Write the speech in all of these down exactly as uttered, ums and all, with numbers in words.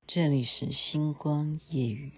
这里是星光夜语。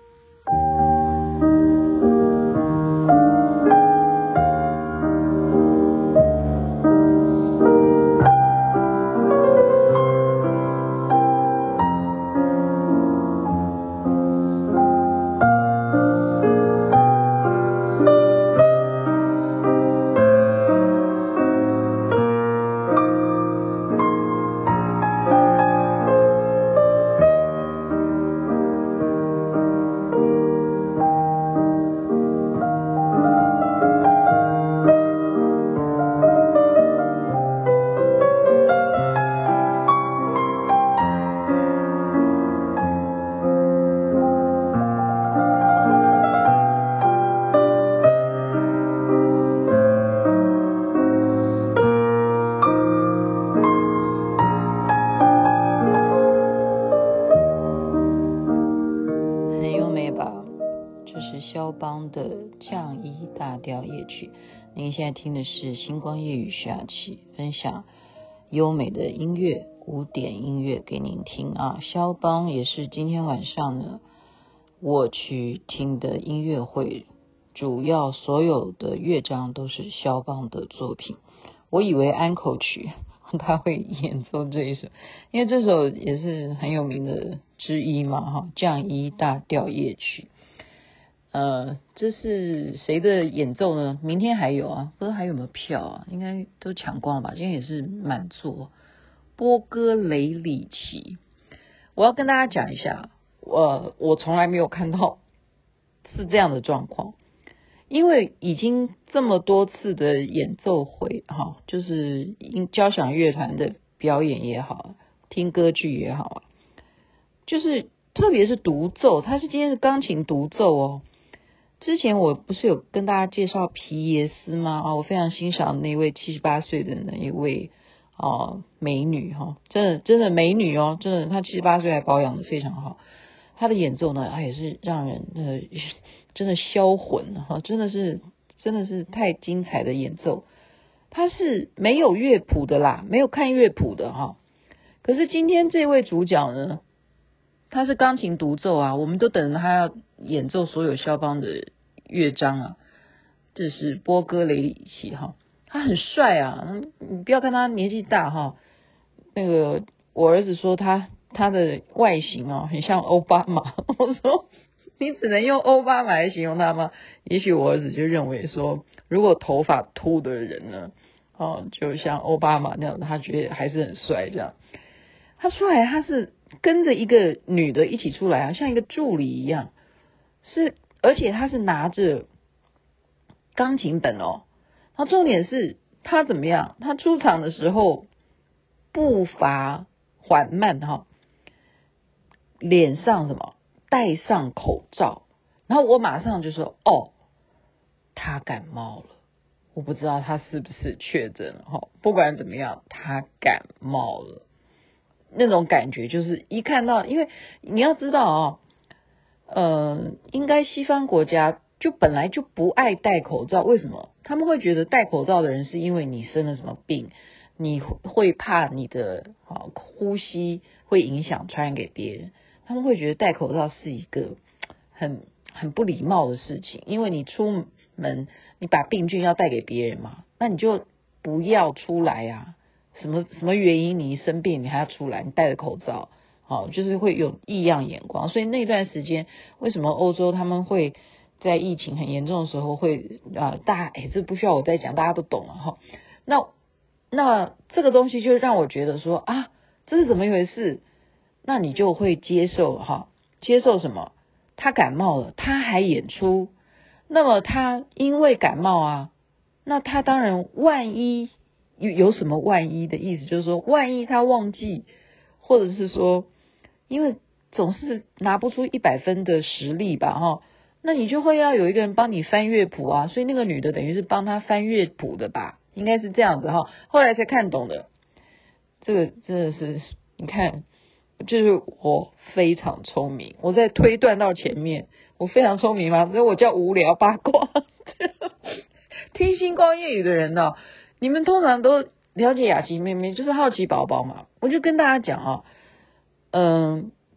肖邦的降一大调夜曲，您现在听的是星光夜语徐雅琪分享优美的音乐古典音乐给您听啊。肖邦也是今天晚上呢我去听的音乐会，主要所有的乐章都是肖邦的作品。我以为安口曲他会演奏这一首，因为这首也是很有名的之一嘛哈，降一大调夜曲。呃，这是谁的演奏呢？明天还有啊，不知道还有没有票啊？应该都抢光了吧？今天也是满座。波哥雷里奇，我要跟大家讲一下，我我从来没有看到是这样的状况，因为已经这么多次的演奏会哈，就是交响乐团的表演也好，听歌剧也好，就是特别是独奏，它是今天是钢琴独奏哦。之前我不是有跟大家介绍皮耶斯吗？啊，我非常欣赏那位七十八岁的那一位哦美女哈，真的真的美女哦，真的她七十八岁还保养得非常好。她的演奏呢，她也是让人呃真的销魂哈，真的是真的是太精彩的演奏。她是没有乐谱的啦，没有看乐谱的哈。可是今天这位主角呢，他是钢琴独奏啊，我们都等着他要演奏所有肖邦的乐章啊。这是波哥雷里奇哈，他很帅啊，你不要看他年纪大哈，那个我儿子说他他的外形啊很像奥巴马，我说你只能用奥巴马来形容他吗？也许我儿子就认为说，如果头发秃的人呢，哦，就像奥巴马那样，他觉得还是很帅这样。他出来他是跟着一个女的一起出来啊，像一个助理一样，是而且他是拿着钢琴本哦。然后重点是他怎么样？他出场的时候步伐缓慢哈，脸上什么戴上口罩，然后我马上就说哦，他感冒了。我不知道他是不是确诊了哈，不管怎么样，他感冒了。那种感觉就是一看到，因为你要知道啊、哦，呃，应该西方国家就本来就不爱戴口罩，为什么？他们会觉得戴口罩的人是因为你生了什么病，你会怕你的啊呼吸会影响传染给别人，他们会觉得戴口罩是一个很很不礼貌的事情，因为你出门你把病菌要带给别人嘛，那你就不要出来啊。什么什么原因你生病你还要出来，你戴着口罩，好、哦，就是会有异样眼光。所以那段时间为什么欧洲他们会在疫情很严重的时候会啊、呃，大哎这不需要我再讲，大家都懂了哈。那那这个东西就让我觉得说啊，这是怎么一回事？那你就会接受哈，接受什么？他感冒了，他还演出，那么他因为感冒啊，那他当然万一。有有什么万一的意思，就是说万一他忘记，或者是说因为总是拿不出一百分的实力吧哈，那你就会要有一个人帮你翻乐谱啊，所以那个女的等于是帮他翻乐谱的吧，应该是这样子哈，后来才看懂的。这个真的是你看，就是我非常聪明，我在推断到前面，我非常聪明嘛，所以我叫无聊八卦。听星光夜语的人呢、哦，你们通常都了解雅琪妹妹，就是好奇宝宝嘛。我就跟大家讲啊，嗯，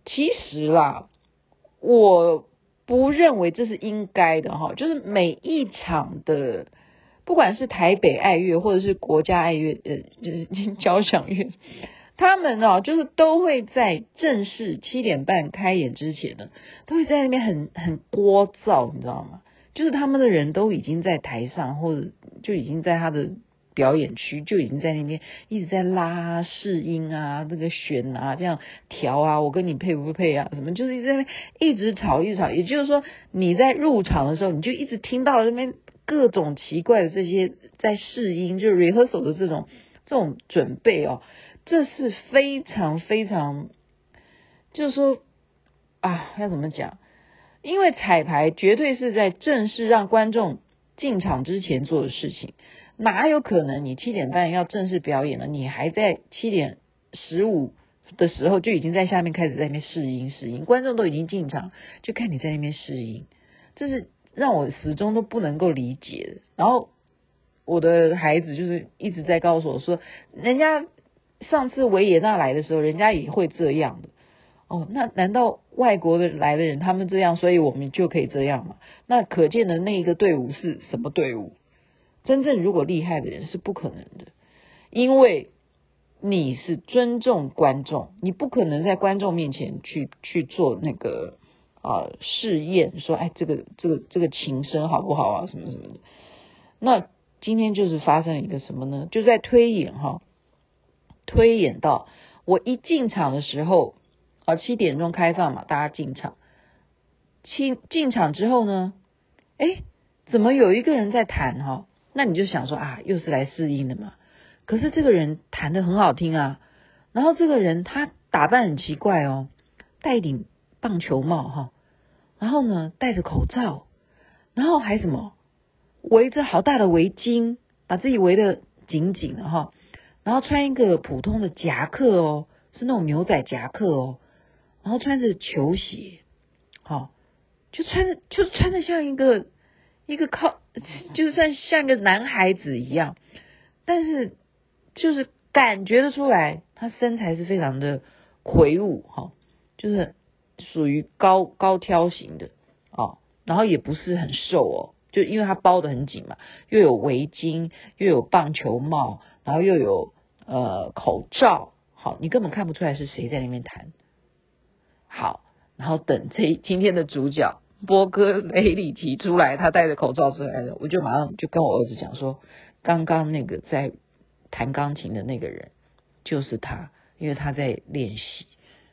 其实啦，我不认为这是应该的哈，就是每一场的，不管是台北爱乐或者是国家爱乐呃就是交响乐，他们哦就是都会在正式七点半开演之前呢，都会在那边很很聒噪，你知道吗？就是他们的人都已经在台上，或者就已经在他的表演区，就已经在那边一直在拉试音啊，这个弦啊，这样调啊，我跟你配不配啊，什么就是一直在那边一直吵一直吵。也就是说，你在入场的时候，你就一直听到那边各种奇怪的这些在试音，就是 rehearsal 的这种这种准备哦，这是非常非常，就是说啊，要怎么讲？因为彩排绝对是在正式让观众进场之前做的事情，哪有可能你七点半要正式表演了，你还在七点十五的时候就已经在下面开始在那边试音试音，观众都已经进场，就看你在那边试音，这是让我始终都不能够理解的。然后我的孩子就是一直在告诉我说，人家上次维也纳来的时候，人家也会这样的。哦，那难道外国的来的人他们这样，所以我们就可以这样吗？那可见的那一个队伍是什么队伍？真正如果厉害的人是不可能的，因为你是尊重观众，你不可能在观众面前去去做那个啊、呃、试验，说哎这个这个这个琴声好不好啊什么什么的。那今天就是发生了一个什么呢？就在推演哈，推演到我一进场的时候。啊，七点钟开放嘛，大家进场。进进场之后呢，哎，怎么有一个人在弹哈？那你就想说啊，又是来试音的嘛。可是这个人弹得很好听啊，然后这个人他打扮很奇怪哦，戴一顶棒球帽哈，然后呢戴着口罩，然后还什么围着好大的围巾，把自己围得紧紧的哈，然后穿一个普通的夹克哦，是那种牛仔夹克哦。然后穿着球鞋，好、哦，就穿着就穿着像一个一个靠，就算像个男孩子一样，但是就是感觉得出来，他身材是非常的魁梧哈、哦，就是属于高高挑型的哦，然后也不是很瘦哦，就因为他包得很紧嘛，又有围巾，又有棒球帽，然后又有呃口罩，好，你根本看不出来是谁在那边弹。好，然后等这今天的主角波哥雷里奇出来，他戴着口罩出来了，我就马上就跟我儿子讲说，刚刚那个在弹钢琴的那个人就是他，因为他在练习。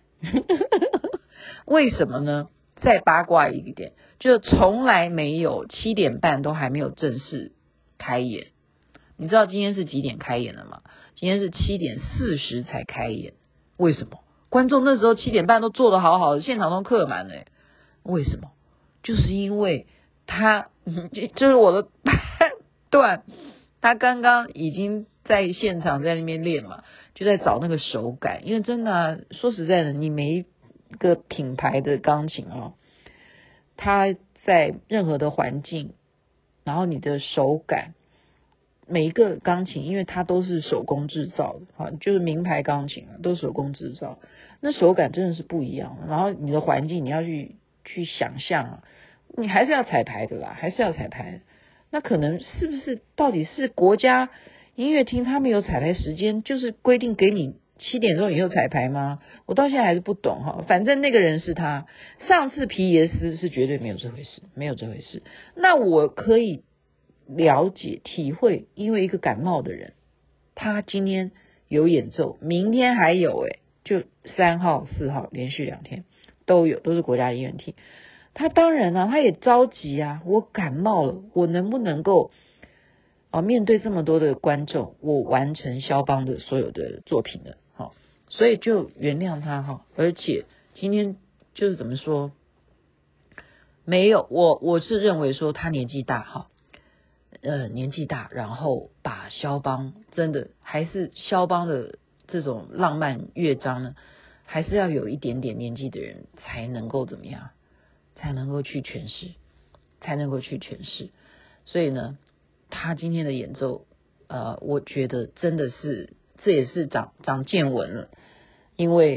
为什么呢？再八卦一点，就从来没有七点半都还没有正式开演。你知道今天是几点开演的吗？今天是七点四十才开演。为什么？观众那时候七点半都坐得好好的，现场都客满了。为什么？就是因为他就是我的判断，他刚刚已经在现场在那边练嘛，就在找那个手感。因为真的、啊、说实在的，你每一个品牌的钢琴啊，它在任何的环境，然后你的手感。每一个钢琴，因为它都是手工制造的，啊，就是名牌钢琴啊，都是手工制造，那手感真的是不一样。然后你的环境你要去去想象啊，你还是要彩排的啦，还是要彩排。那可能是不是到底是国家音乐厅他们有彩排时间，就是规定给你七点钟以后彩排吗？我到现在还是不懂哈。反正那个人是他，上次皮耶斯是绝对没有这回事，没有这回事。那我可以。了解体会，因为一个感冒的人，他今天有演奏，明天还有诶，就三号四号连续两天都有，都是国家音乐厅。他当然啊，他也着急啊，我感冒了，我能不能够啊面对这么多的观众，我完成肖邦的所有的作品了，好，所以就原谅他哈。而且今天就是怎么说，没有我我是认为说他年纪大哈。呃，年纪大，然后把肖邦真的还是肖邦的这种浪漫乐章呢，还是要有一点点年纪的人才能够怎么样，才能够去诠释，才能够去诠释。所以呢，他今天的演奏，呃，我觉得真的是这也是长长见闻了，因为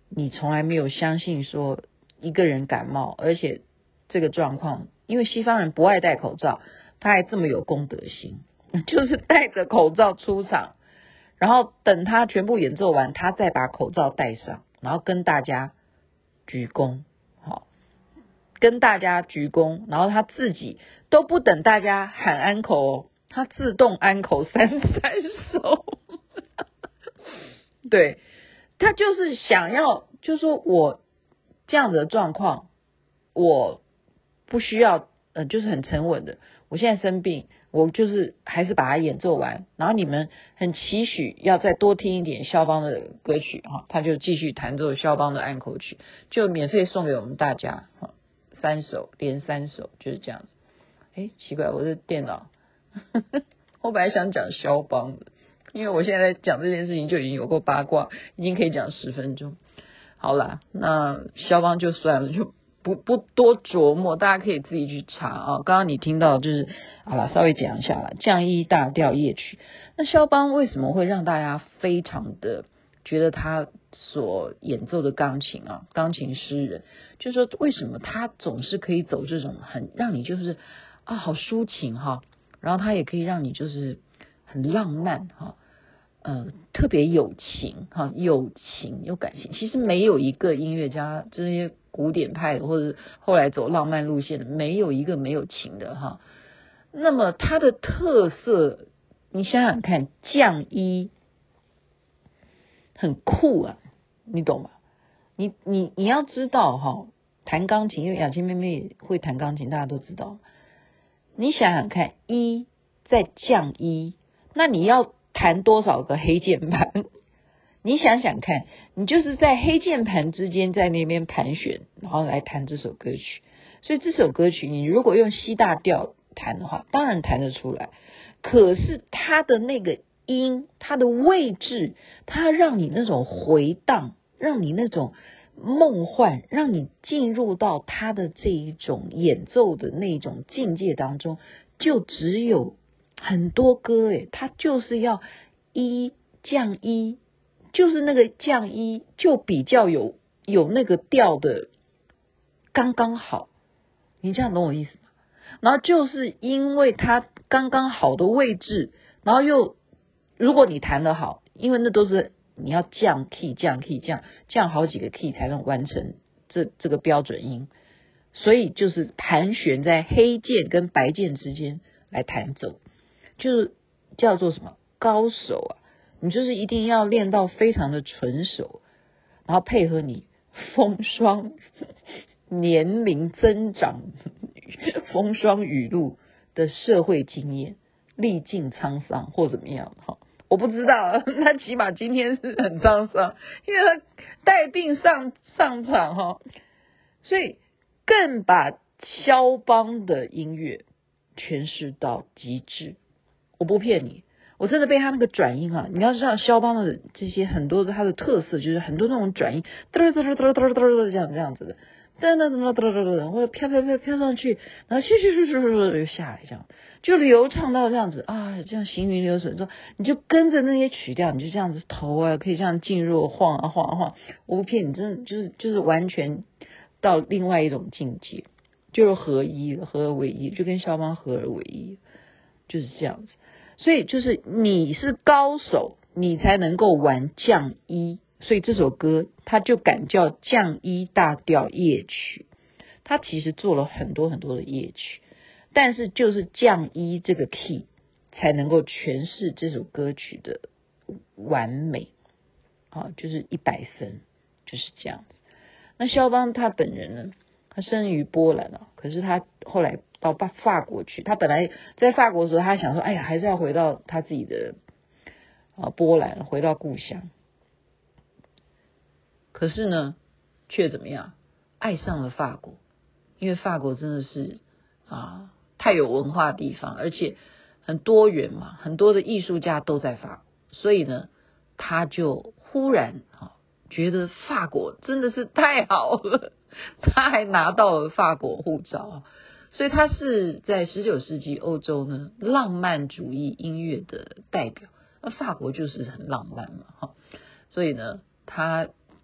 你从来没有相信说一个人感冒，而且这个状况，因为西方人不爱戴口罩，他还这么有公德心，就是戴着口罩出场，然后等他全部演奏完，他再把口罩戴上，然后跟大家鞠躬，好，跟大家鞠躬，然后他自己都不等大家喊安口哦，他自动安口三三首，对，他就是想要，就是说我这样子的状况，我不需要，呃，就是很沉稳的。我现在生病，我就是还是把它演奏完，然后你们很期许要再多听一点肖邦的歌曲哈，他就继续弹奏肖邦的安口曲，就免费送给我们大家哈，三首连三首就是这样子。哎，奇怪，我的电脑，我本来想讲肖邦的。因为我现在讲这件事情就已经有够八卦，已经可以讲十分钟。好啦，那肖邦就算了，就不不多琢磨，大家可以自己去查啊。刚刚你听到就是好了，稍微讲一下啦，降 E 大调夜曲。那肖邦为什么会让大家非常的觉得他所演奏的钢琴啊，钢琴诗人，就是说为什么他总是可以走这种很让你就是啊好抒情哈，然后他也可以让你就是很浪漫哈。呃，特别有情哈，有情有感情。其实没有一个音乐家，这些古典派的或者后来走浪漫路线的，没有一个没有情的哈。那么它的特色，你想想看，降一很酷啊，你懂吗？你你你要知道哈，弹钢琴，因为雅琪妹妹会弹钢琴，大家都知道。你想想看，一再降一，那你要弹多少个黑键盘？你想想看，你就是在黑键盘之间在那边盘旋，然后来弹这首歌曲。所以这首歌曲，你如果用 C 大调弹的话，当然弹得出来。可是它的那个音，它的位置，它让你那种回荡，让你那种梦幻，让你进入到它的这一种演奏的那种境界当中，就只有很多歌诶，它就是要一降一，就是那个降一就比较有有那个调的刚刚好，你这样懂我意思吗？然后就是因为它刚刚好的位置，然后又如果你弹得好，因为那都是你要降 key 降 key 降降好几个 key 才能完成这这个标准音，所以就是盘旋在黑键跟白键之间来弹奏，就是叫做什么高手啊，你就是一定要练到非常的纯熟，然后配合你风霜年龄增长风霜雨露的社会经验，历尽沧桑或怎么样哈，我不知道，他起码今天是很沧桑，因为他带病上上场哈，所以更把肖邦的音乐诠释到极致。我不骗你，我真的被他那个转音啊，你要知道肖邦的这些很多的他的特色，就是很多那种转音，嘚嘚嘚嘚嘚嘚嘚这样这样子的。噔噔噔噔噔噔噔，或者飘飘飘飘上去，然后咻咻咻咻咻就下来，这样就流畅到这样子啊，这样行云流水，说你就跟着那些曲调，你就这样子头啊，可以这样进入晃啊晃啊晃，我不骗你，真的就是就是完全到另外一种境界，就是合一了，合而为一，就跟肖邦合而为一，就是这样子。所以就是你是高手，你才能够玩降一。所以这首歌它就敢叫降一大调夜曲，它其实做了很多很多的夜曲，但是就是降一这个 key 才能够诠释这首歌曲的完美啊，就是一百分，就是这样子。那肖邦他本人呢，他生于波兰啊，可是他后来到法国去，他本来在法国的时候，他想说，哎呀，还是要回到他自己的啊波兰，回到故乡。可是呢，却怎么样？爱上了法国，因为法国真的是啊太有文化的地方，而且很多元嘛，很多的艺术家都在法国，所以呢，他就忽然啊觉得法国真的是太好了，他还拿到了法国护照，所以他是在十九世纪欧洲呢浪漫主义音乐的代表，那法国就是很浪漫嘛，哈，所以呢，他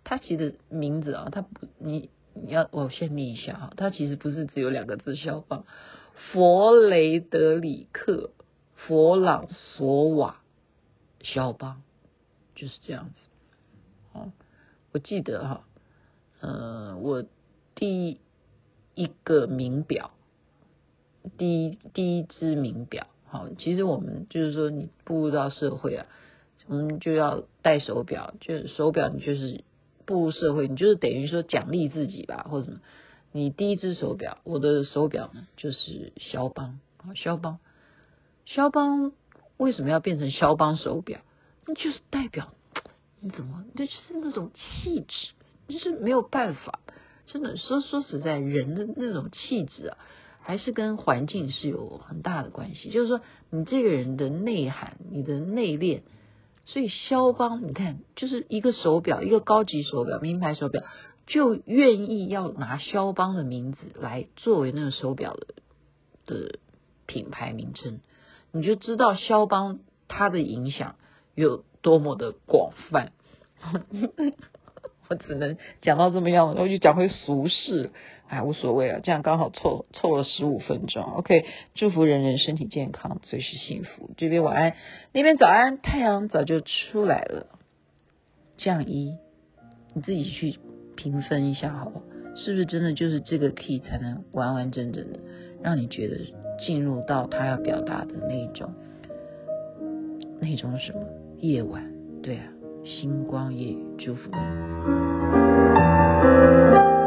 它其实名字啊，它不，你你要我先念一下哈，它其实不是只有两个字肖邦，佛雷德里克佛朗索瓦肖邦，就是这样子。哦，我记得哈，呃，我第一个名表，第一第一只名表，好，其实我们就是说，你步入到社会啊，我们就要戴手表，就手表你就是步入社会，你就是等于说奖励自己吧，或者什么。你第一只手表，我的手表呢就是肖邦，肖邦，肖邦为什么要变成肖邦手表？那就是代表你怎么，就是那种气质，就是没有办法。真的说说实在，人的那种气质啊，还是跟环境是有很大的关系。就是说，你这个人的内涵，你的内敛。所以肖邦，你看，就是一个手表，一个高级手表，名牌手表，就愿意要拿肖邦的名字来作为那个手表的的品牌名称，你就知道肖邦它的影响有多么的广泛。我只能讲到这么样，然后就讲回俗事，哎，无所谓了，这样刚好凑凑了十五分钟。OK， 祝福人人身体健康，随时幸福。这边晚安，那边早安，太阳早就出来了。降一，你自己去评分一下好不好？是不是真的就是这个 key 才能完完整整的让你觉得进入到他要表达的那种那种什么夜晚？对啊，星光夜雨，祝福你。